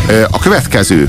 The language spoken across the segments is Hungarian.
A következő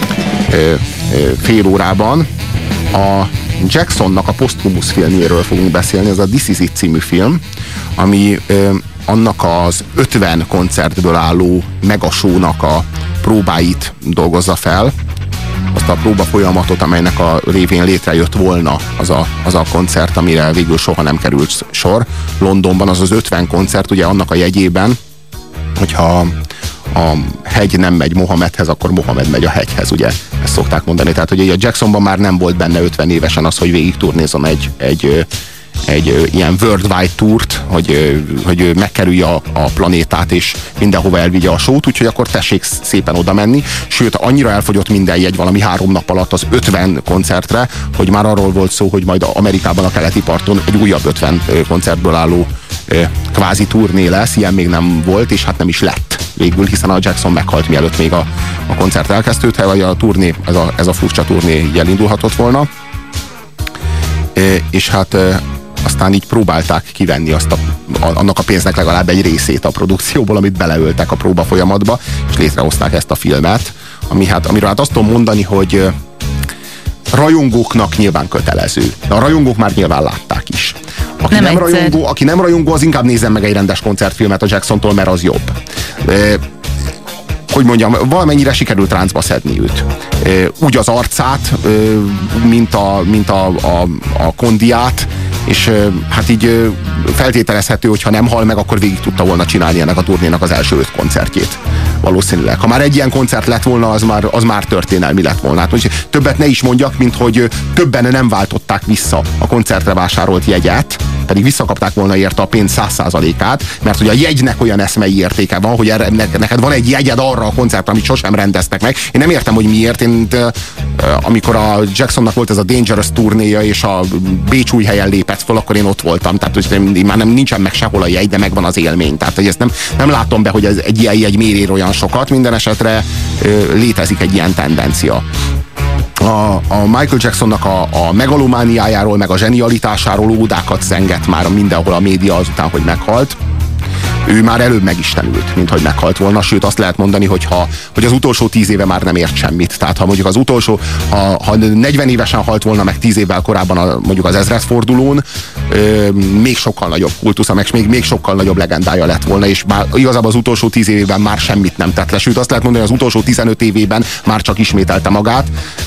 fél órában a Jacksonnak a posztumusz filmjéről fogunk beszélni, ez a This Is It című film, ami annak az 50 koncertből álló megasónak a próbáit dolgozza fel, azt a próba folyamatot, amelynek a révén létrejött volna az a koncert, amire végül soha nem került sor. Londonban az 50 koncert, ugye annak a jegyében, hogyha a hegy nem megy Mohamedhez, akkor Mohamed megy a hegyhez, ugye? Ezt szokták mondani. Tehát, hogy a Jacksonban már nem volt benne 50 évesen az, hogy végig turnézom egy ilyen worldwide tourt, hogy megkerülje a planétát, és mindenhova elvigye a sót, úgyhogy akkor tessék szépen oda menni. Sőt, annyira elfogyott minden jegy valami 3 nap alatt az 50 koncertre, hogy már arról volt szó, hogy majd Amerikában a keleti parton egy újabb 50 koncertből álló kvázi turné lesz. Ilyen még nem volt, és hát nem is lett végül, hiszen a Jackson meghalt, mielőtt még a koncert elkezdődhet, vagy a turné, ez a furcsa turné így elindulhatott volna. És hát aztán így próbálták kivenni annak a pénznek legalább egy részét a produkcióból, amit beleöltek a próba folyamatba, és létrehozták ezt a filmet, amiről hát azt tudom mondani, hogy rajongóknak nyilván kötelező. De a rajongók már nyilván látták is. Aki nem rajongó, az inkább nézzen meg egy rendes koncertfilmet a Jacksontól, mert az jobb. Hogy mondjam, valamennyire sikerült ráncba szedni őt. Úgy az arcát, mint a kondiát, és hát így feltételezhető, hogy ha nem hal meg, akkor végig tudta volna csinálni ennek a turnénak az első 5 koncertjét. Valószínűleg. Ha már egy ilyen koncert lett volna, az már történelmi lett volna. Hát, hogy többet ne is mondjak, mint hogy többen nem váltották vissza a koncertre vásárolt jegyet, pedig visszakapták volna érte a pénz 100%-át, mert hogy a jegynek olyan eszmei értéke van, hogy neked van egy jegyed arra a koncertre, amit sosem rendeztek meg. Én nem értem, hogy miért. Amikor a Jacksonnak volt ez a Dangerous turnéja, és a Bécsújhelyen lépett föl, akkor én ott voltam. Tehát hogy már nincsen meg sehol a jegy, de megvan az élmény. Tehát hogy ezt nem látom be, hogy ez egy ilyen jegy miért ér olyan sokat. Minden esetre létezik egy ilyen tendencia. A Michael Jacksonnak a megalomániájáról, meg a zsenialitásáról ódákat zengett már mindenhol a média azután, hogy meghalt. Ő már előbb megistenült, mint hogy meghalt volna, sőt azt lehet mondani, hogy az utolsó 10 éve már nem ért semmit. Tehát ha mondjuk az utolsó, ha 40 évesen halt volna meg 10 évvel korábban mondjuk az ezredfordulón, még sokkal nagyobb kultusza, meg még sokkal nagyobb legendája lett volna, és már igazából az utolsó 10 évében már semmit nem tett le. Sőt azt lehet mondani, hogy az utolsó 15 évében már csak ismételte magát.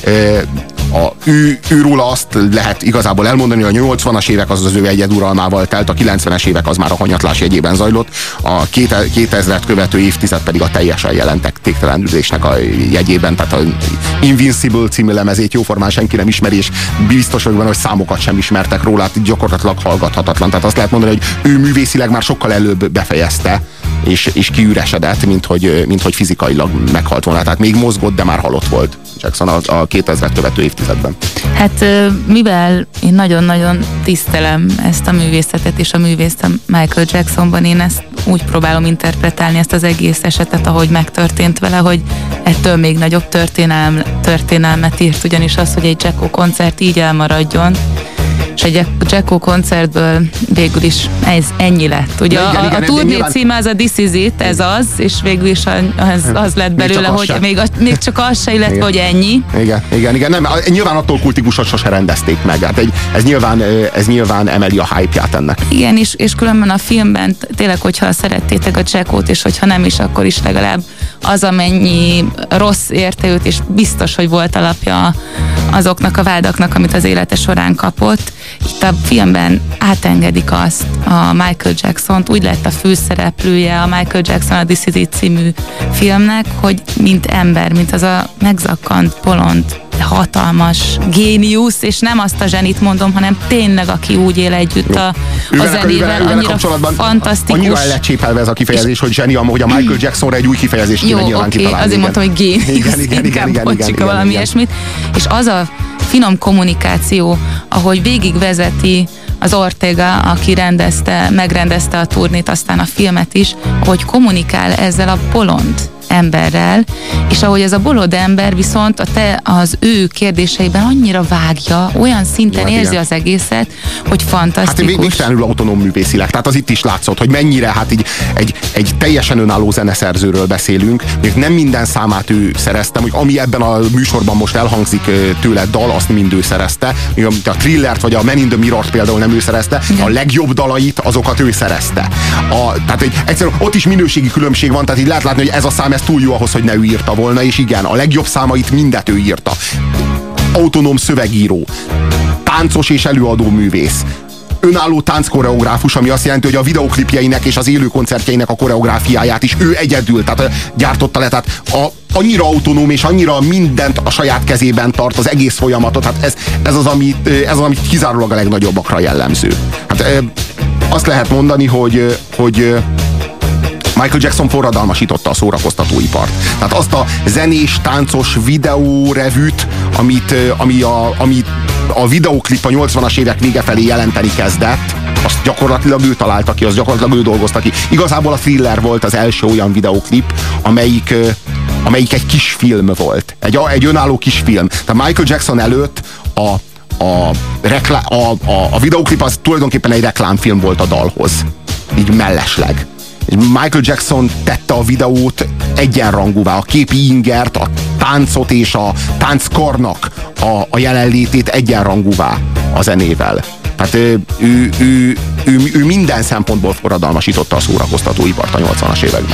Őróla azt lehet igazából elmondani, hogy a 80-as évek az ő egyeduralmával telt, a 90-es évek az már a hanyatlás jegyében zajlott, a 2000-et követő évtized pedig a teljesen jelentéktelenülésnek a jegyében, tehát a Invincible című lemezét jóformán senki nem ismeri, és biztos vagyok benne, hogy számokat sem ismertek róla, gyakorlatilag hallgathatatlan. Tehát azt lehet mondani, hogy ő művészileg már sokkal előbb befejezte, és kiüresedett, mint hogy fizikailag meghalt volna. Tehát még mozgott, de már halott volt Jackson a 2000-et követő évtizedben. Hát mivel én nagyon-nagyon tisztelem ezt a művészetet és a művészt a Michael Jacksonban, én ezt úgy próbálom interpretálni ezt az egész esetet, ahogy megtörtént vele, hogy ettől még nagyobb történelmet írt, ugyanis az, hogy egy Jacko koncert így elmaradjon, és egy Jacko koncertből végül is ez ennyi lett. Ugye a turné címe az a This Is It, ez az, és végül is az lett belőle, hogy még csak az se, illetve, hogy ennyi. Igen. Nem, nyilván attól kultikusot sose rendezték meg. Hát ez nyilván emeli a hype-ját ennek. Igen, és különben a filmben tényleg, hogyha szerettétek a Jackót, és hogyha nem is, akkor is legalább az, amennyi rossz érte őt, és biztos, hogy volt alapja azoknak a vádaknak, amit az élete során kapott. Itt a filmben átengedik azt a Michael Jacksont, úgy lett a főszereplője a Michael Jackson a This Is It című filmnek, hogy mint ember, mint az a megzakkant, bolond, hatalmas géniusz, és nem azt a zsenit mondom, hanem tényleg, aki úgy él együtt a zenével, annyira fantasztikus. Annyira el lett csépelve ez a kifejezés, hogy zseni, hogy a Michael Jacksonra egy új kifejezést kéne nyilván kitalálni. Azért mondtam, hogy géniusz, inkább valami ilyesmit. És az a finom kommunikáció, ahogy végigvezeti az Ortega, aki megrendezte a turnét, aztán a filmet is, ahogy kommunikál ezzel a bolond emberrel, és ahogy ez a bolond ember viszont az ő kérdéseiben annyira vágja, olyan szinten érzi az egészet, hogy fantasztikus. Hát végtelenül autonóm művészileg, tehát az itt is látszott, hogy mennyire, hát így egy teljesen önálló zeneszerzőről beszélünk, még nem minden számát ő szerezte, hogy ami ebben a műsorban most elhangzik tőle dal, azt mind ő szerezte, még a Thrillert vagy a Man in the Mirror például nem ő szerezte, a legjobb dalait, azokat ő szerezte. Tehát egyszerűen ott is minőségi különbség van, tehát így lehet látni, hogy ez a szám ez túl jó ahhoz, hogy ne ő írta volna, és igen, a legjobb számait mindet ő írta. Autonóm szövegíró, táncos és előadó művész, önálló tánckoreográfus, ami azt jelenti, hogy a videoklipjeinek és az élő koncertjeinek a koreográfiáját is ő egyedül, tehát gyártotta le, tehát annyira autonóm és annyira mindent a saját kezében tart, az egész folyamatot, hát ez az, amit kizárólag a legnagyobbakra jellemző. Hát azt lehet mondani, hogy Michael Jackson forradalmasította a szórakoztatóipart. Tehát azt a zenés, táncos videórevűt, ami a videóklip a 80-as évek vége felé jelenteni kezdett, azt gyakorlatilag ő találta ki, azt gyakorlatilag ő dolgozta ki. Igazából a Thriller volt az első olyan videóklip, amelyik egy kis film volt. Egy önálló kis film. Tehát Michael Jackson előtt a videóklip az tulajdonképpen egy reklámfilm volt a dalhoz. Így mellesleg. Michael Jackson tette a videót egyenrangúvá, a képi ingert, a táncot és a tánckarnak a jelenlétét egyenrangúvá a zenével. Tehát ő minden szempontból forradalmasította a szórakoztatóipart a 80-as években.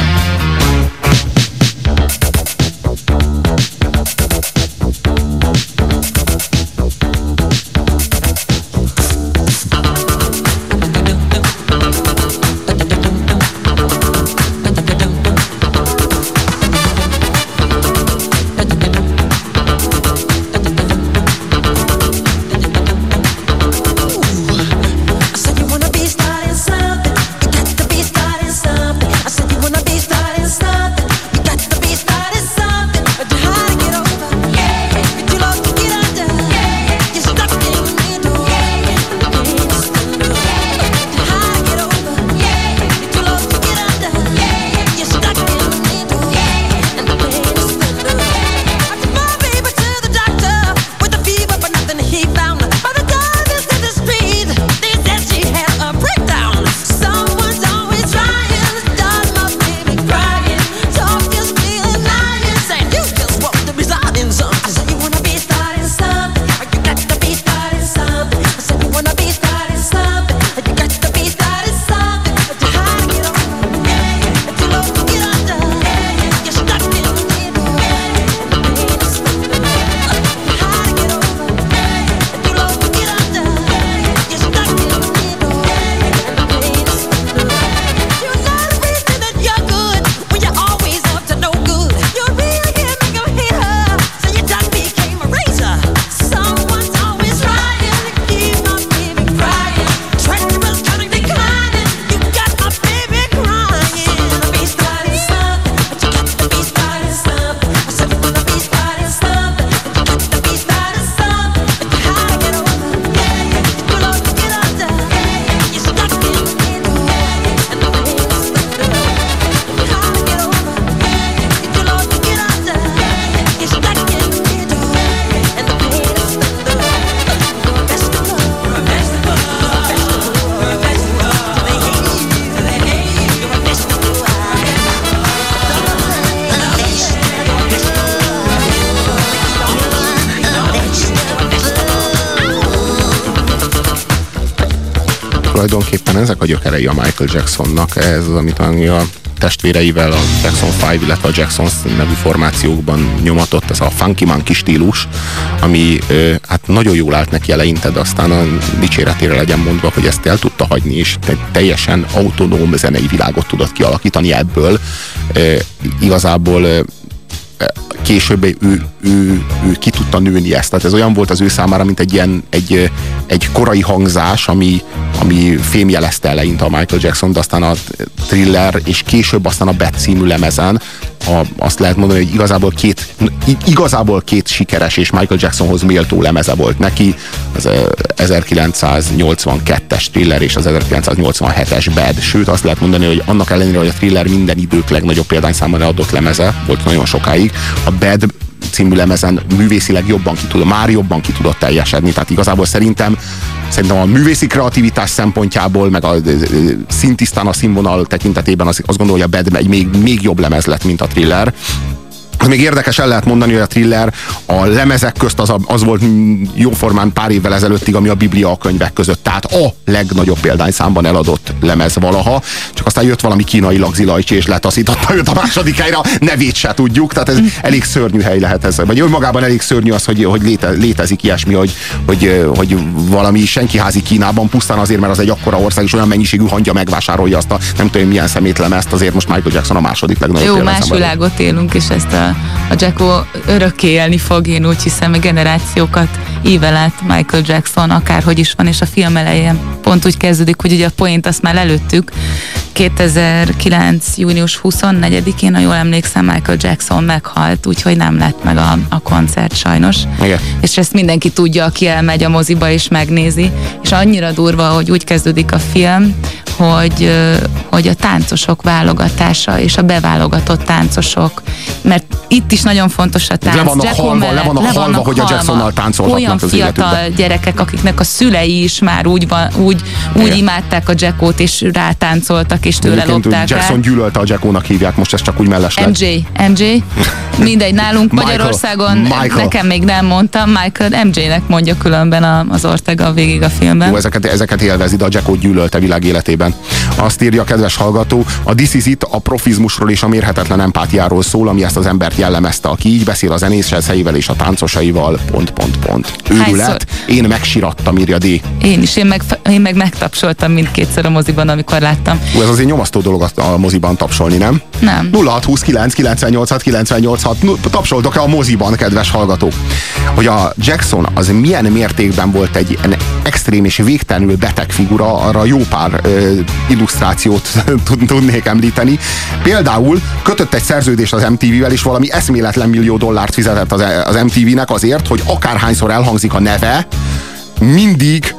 Tulajdonképpen ezek a gyökerei a Michael Jacksonnak, ez az, amit a testvéreivel, a Jackson 5, illetve a Jacksons nevű formációkban nyomatott, ez a funky monkey stílus, ami hát nagyon jól állt neki eleinte, de aztán a dicséretére legyen mondva, hogy ezt el tudta hagyni, és teljesen autonóm zenei világot tudott kialakítani ebből. Igazából később ő ki tudta nőni ezt. Tehát ez olyan volt az ő számára, mint egy korai hangzás, ami fémjelezte eleinte a Michael Jackson, de aztán a Thriller, és később aztán a Bad című lemezen azt lehet mondani, hogy igazából két sikeres és Michael Jacksonhoz méltó lemeze volt neki, az 1982-es Thriller és az 1987-es Bad. Sőt, azt lehet mondani, hogy annak ellenére, hogy a Thriller minden idők legnagyobb példányszámban eladott lemeze volt nagyon sokáig, a Bad című lemezen művészileg már jobban ki tudott teljesedni. Tehát igazából szerintem a művészi kreativitás szempontjából, meg a szintisztán a színvonal tekintetében azt gondolom, hogy a Bad egy még jobb lemez lett, mint a Thriller. Még érdekes, el lehet mondani, hogy a Thriller a lemezek közt az volt jóformán pár évvel ezelőttig, ami a Biblia a könyvek között. Tehát a legnagyobb példányszámban eladott lemez valaha. Csak aztán jött valami kínai lagzilajcsi, és letaszította őt a második helyre, nevét se tudjuk. Tehát ez elég szörnyű hely lehet ez. Vagy önmagában elég szörnyű az, hogy létezik ilyesmi, hogy valami senkiházi Kínában pusztán azért, mert az egy akkora ország, és olyan mennyiségű hangya megvásárolja azt a nem tudom milyen szemétlemezt, azért most Michael Jackson a második legnagyobb példányszámban. Jó, más világot élünk, és ezt a Jacko örökké élni fog, én úgy hiszem, hogy generációkat ível át Michael Jackson, akárhogy is van, és a film elején pont úgy kezdődik, hogy ugye a point azt már előttük. 2009. június 24-én, ha jól emlékszem, Michael Jackson meghalt, úgyhogy nem lett meg a koncert sajnos. Igen. És ezt mindenki tudja, aki elmegy a moziba és megnézi. És annyira durva, hogy úgy kezdődik a film, hogy a táncosok válogatása és a beválogatott táncosok, mert itt is nagyon fontos a tánc. Le vannak halva, hogy a Jacksonnal táncolhatnak olyan az fiatal életükben. Gyerekek, akiknek a szülei is már úgy imádták a Jackót, és rátáncoltak, és tőle lopták Jackson el. gyűlölte, a Jackónak hívják, most ez csak úgy mellesleg. MJ. Mindegy, nálunk Magyarországon Michael. nekem még nem mondtam, Michael MJ-nek mondja különben az Ortega végig a filmben. Jó, ezeket élvezi, de a Jackót gyűlölte világ életében. Azt írja a kedves hallgató, a This Is It a profizmusról és a mérhetetlen empátiáról szól, ami ezt az embert jellemezte, aki így beszél a zenészeivel és a táncosaival, ... Őrület, én megsirattam, írja D. Én is, én meg megtapsoltam mindkétszer a moziban, amikor láttam. Ez azért nyomasztó dolog a moziban tapsolni, nem? Nem. 0629 986 986 tapsoltok-e a moziban, kedves hallgatók? Hogy a Jackson az milyen mértékben volt egy extrém és végtelenül beteg figura, arra jó pár illusztrációt tudnék említeni. Például kötött egy szerződést az MTV-vel, és valami eszméletlen millió dollárt fizetett az MTV-nek azért, hogy akárhányszor elhangzik a neve, mindig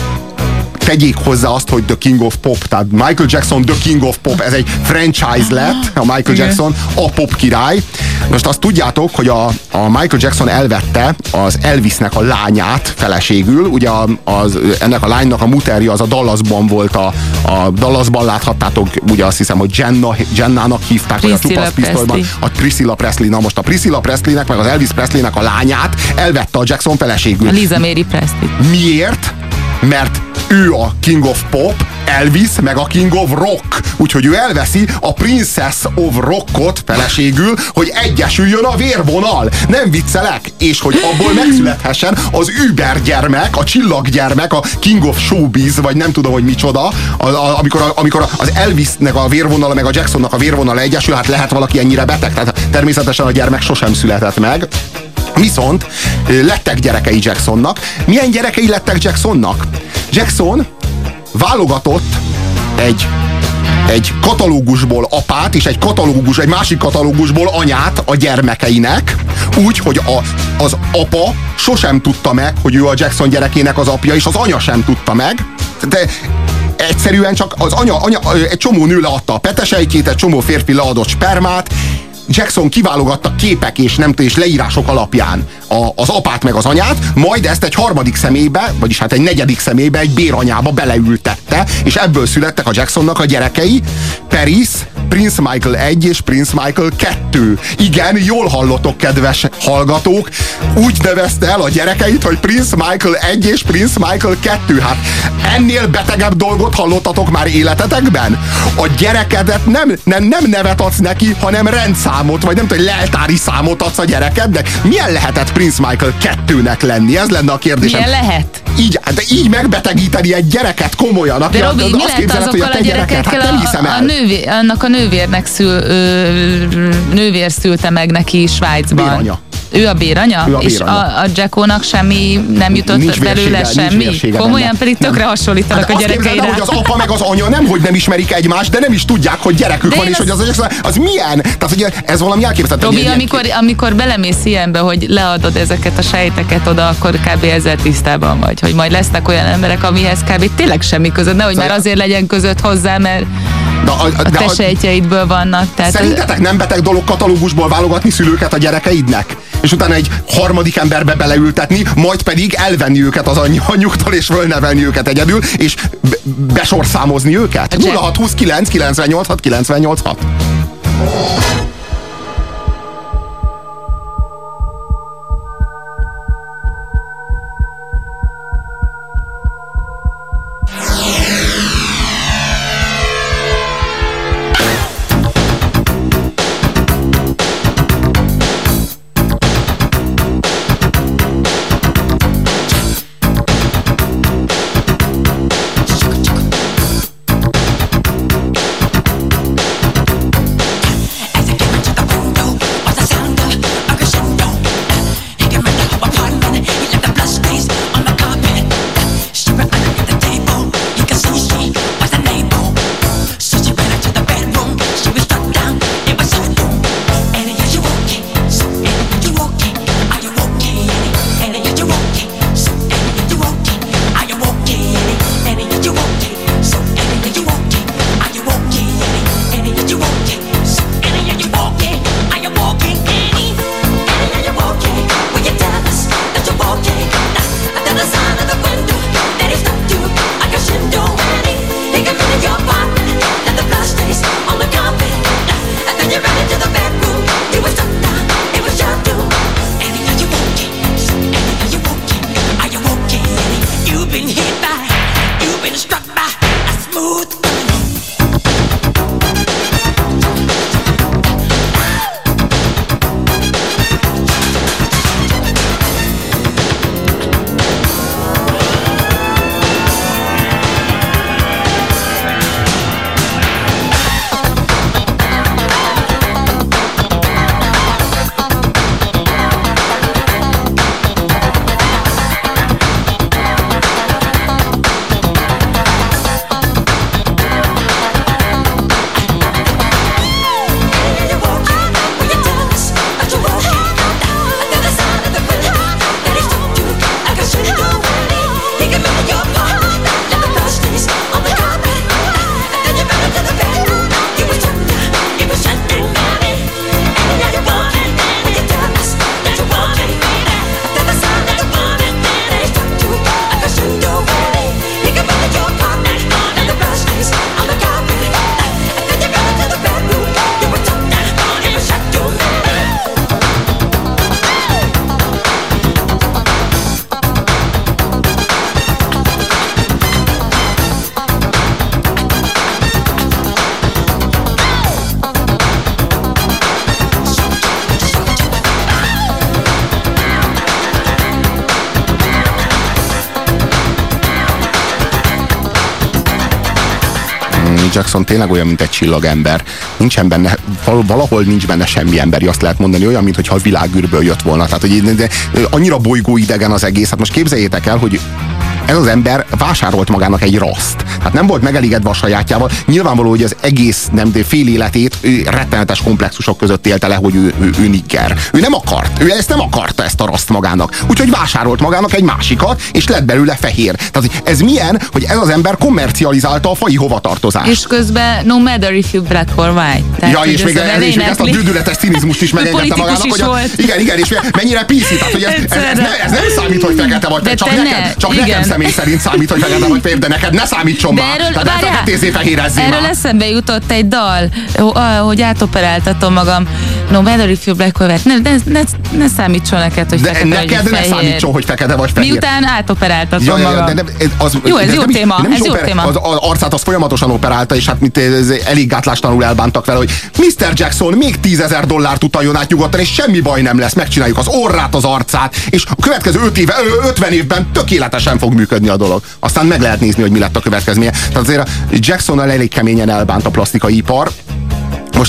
tegyék hozzá azt, hogy The King of Pop, tehát Michael Jackson The King of Pop, ez egy franchise lett, a Michael Jackson a pop király. Most azt tudjátok, hogy a Michael Jackson elvette az Elvisnek a lányát feleségül, ugye ennek a lánynak a muterja az a Dallasban volt, a Dallasban láthattátok, ugye azt hiszem, hogy Jennának hívták, vagy a Tupac Pistolban, a Priscilla Presley. Na most a Priscilla Presleynek, meg az Elvis Presleynek a lányát elvette a Jackson feleségül. A Lisa Mary Presley. Miért? Mert ő a King of Pop, Elvis, meg a King of Rock. Úgyhogy ő elveszi a Princess of Rockot feleségül, hogy egyesüljön a vérvonal. Nem viccelek. És hogy abból megszülethessen az Uber gyermek, a csillaggyermek, a King of Showbiz, vagy nem tudom, hogy micsoda. Amikor az Elvisnek a vérvonala, meg a Jacksonnak a vérvonala egyesül, hát lehet valaki ennyire beteg. Tehát természetesen a gyermek sosem született meg. Viszont lettek gyerekei Jacksonnak. Milyen gyerekei lettek Jacksonnak? Jackson válogatott egy katalógusból apát, és egy másik katalógusból anyát a gyermekeinek, úgy, hogy az apa sosem tudta meg, hogy ő a Jackson gyerekének az apja, és az anya sem tudta meg. De egyszerűen csak az anya egy csomó nő leadta a petesejtjét, egy csomó férfi leadott spermát. Jackson kiválogatta képek és leírások alapján az apát meg az anyát, majd ezt egy harmadik személybe, vagyis hát egy negyedik személybe, egy béranyába beleültette, és ebből születtek a Jacksonnak a gyerekei, Paris, Prince Michael 1 és Prince Michael 2. Igen, jól hallottok, kedves hallgatók, úgy nevezte el a gyerekeit, hogy Prince Michael 1 és Prince Michael 2. Hát ennél betegebb dolgot hallottatok már életetekben? A gyerekedet nem nevet adsz neki, hanem rendszámot, vagy nem tudom, leltári számot adsz a gyerekednek. Milyen lehetett Prince Michael 2-nek lenni? Ez lenne a kérdésem. Milyen lehet? Így megbetegíteni egy gyereket komolyan. De Robi, mi lehet azokkal a gyerekekkel, annak a nővér szülte meg neki Svájcban. Béranya. Ő a béranya? Ő a és béranya. a Jackónak semmi nem jutott Nincs belőle vérsége, semmi? nincs vérsége Komolyan benne. pedig tökre hasonlítanak Hát a azt képzeld gyerekeire. el, hogy az apa meg az anya nemhogy nem ismerik egymást, de nem is tudják, hogy gyerekük De van, én és hogy az milyen. Tehát, hogy ez valami elképesztő. Robi, amikor belemész ilyenbe, hogy leadod ezeket a sejteket oda, akkor kb. Ezzel tisztában vagy, hogy majd lesznek olyan emberek, amihez kb. Tényleg semmi között, nehogy már azért legyen között hozzá, mert a te sejtjeidből vannak. Tehát szerintetek nem beteg dolog katalógusból válogatni szülőket a gyerekeidnek? És utána egy harmadik emberbe beleültetni, majd pedig elvenni őket az anyjuktól, és fölnevelni őket egyedül, és besorszámozni őket? 0629 986 986. Jackson tényleg olyan, mint egy csillagember. Nincsen benne, valahol nincs benne semmi emberi, azt lehet mondani, olyan, mintha a világűrből jött volna. Tehát, hogy annyira bolygó idegen az egész. Hát most képzeljétek el, hogy ez az ember vásárolt magának egy raszt. Tehát nem volt megelégedve a sajátjával. Nyilvánvaló, hogy az egész fél életét rettenetes komplexusok között élte le, hogy ő nigger. Ő nem akart. Ő ezt nem akarta, ezt a raszt magának. Úgyhogy vásárolt magának egy másikat, és lett belőle fehér. Tehát ez milyen, hogy ez az ember kommercializálta a faji hovatartozást. És közben no matter if you black or white. Tehát, ja, és még ezt a dűdületes cinizmust is megengedte magának, hogy igen, és mennyire PC, tehát hogy ez nem számít, hogy fekete vagy, csak nekem személy szerint számít, hogy fekete vagy fehér, de neked ne számítson már. Tehát ne feketézzé, fehérezzé már. Erről eszembe jutott egy dal, hogy átoperáltatom magam. No matter if you black or white. Ne számítson neked, hogy fekete vagy fehér. Neked ne számítson, hogy fekete vagy fehér. Miután átoperáltatom magam. Jó, ez jó téma. Ez jó téma. Az arcát az folyamatosan operálta, és hát elég gátlástalanul elbántak vele, hogy Mr. Jackson még $10,000 utaljon át nyugodtan, és semmi baj nem lesz, megcsináljuk az orrát, az arcát, és a következő 50 évben tökéletesen fog működni a dolog. Aztán meg lehet nézni, hogy mi lett a következménye. Tehát azért a Jacksonnal elég keményen elbánt a plastikai ipar. Most azt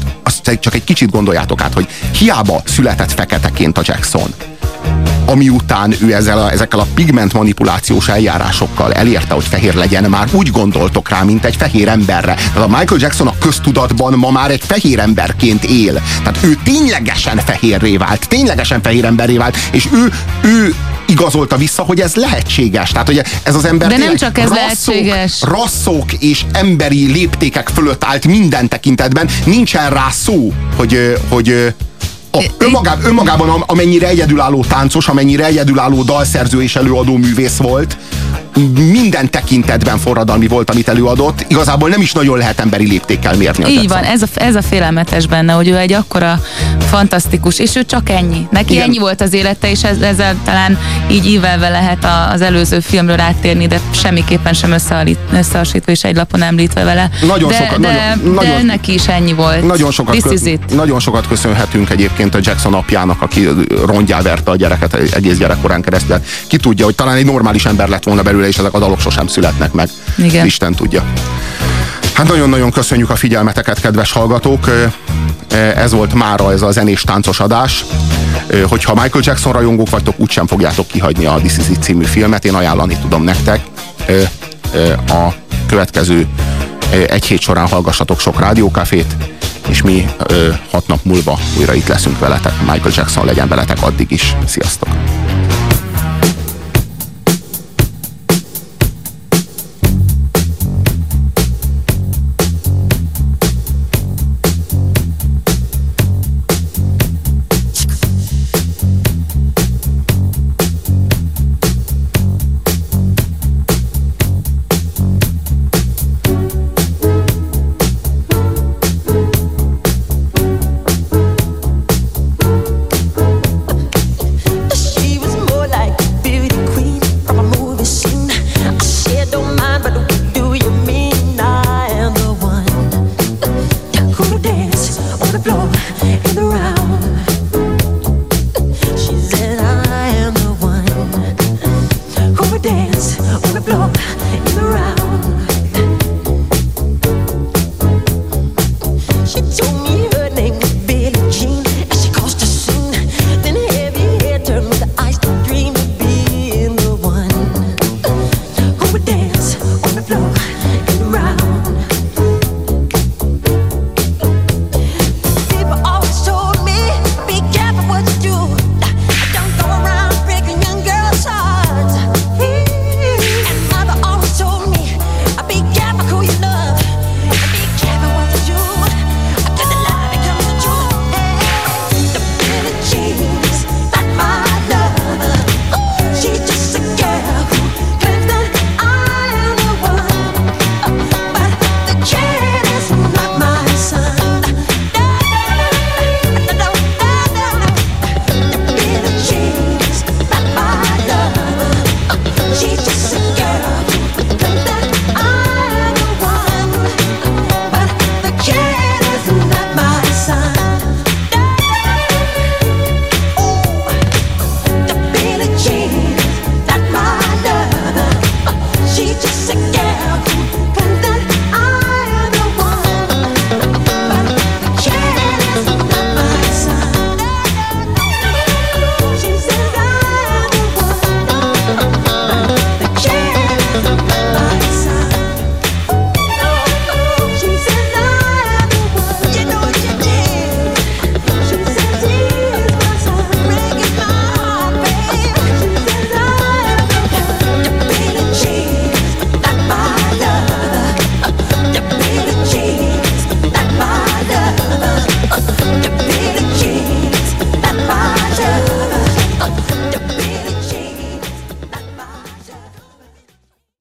csak egy kicsit gondoljátok át, hogy hiába született feketeként a Jackson, ami után ő ezekkel a pigment manipulációs eljárásokkal elérte, hogy fehér legyen, már úgy gondoltok rá, mint egy fehér emberre. Tehát a Michael Jackson a köztudatban ma már egy fehér emberként él. Tehát ő ténylegesen fehérré vált, ténylegesen fehér emberré vált, és ő igazolta vissza, hogy ez lehetséges. Tehát, hogy ez az ember de nem csak ez lehetséges. Rasszok és emberi léptékek fölött állt minden tekintetben. Nincsen rá szó, hogy önmagában amennyire egyedülálló táncos, amennyire egyedülálló dalszerző és előadó művész volt, minden tekintetben forradalmi volt, amit előadott. Igazából nem is nagyon lehet emberi léptékkel mérni. Így van, ez a félelmetes benne, hogy ő egy akkora fantasztikus, és ő csak ennyi. Neki igen. Ennyi volt az élete, és ezzel talán így ívelve lehet az előző filmről áttérni, de semmiképpen sem összehasonlítva és egy lapon említve vele. De neki is ennyi volt. Nagyon sokat köszönhetünk egyébként a Jackson apjának, aki rongyá verte a gyereket egész gyerekkorán keresztül. Ki tudja, hogy talán egy normális ember lett volna belőle, és ezek a dalok sosem születnek meg. Igen. Isten tudja. Hát nagyon-nagyon köszönjük a figyelmeteket, kedves hallgatók. Ez volt mára ez a zenés táncos adás. Hogyha Michael Jackson rajongók vagytok, úgysem fogjátok kihagyni a This Is It című filmet. Én ajánlani tudom nektek. A következő egy hét során hallgassatok sok rádiókafét, és mi 6 nap múlva újra itt leszünk veletek. Michael Jackson legyen veletek addig is. Sziasztok!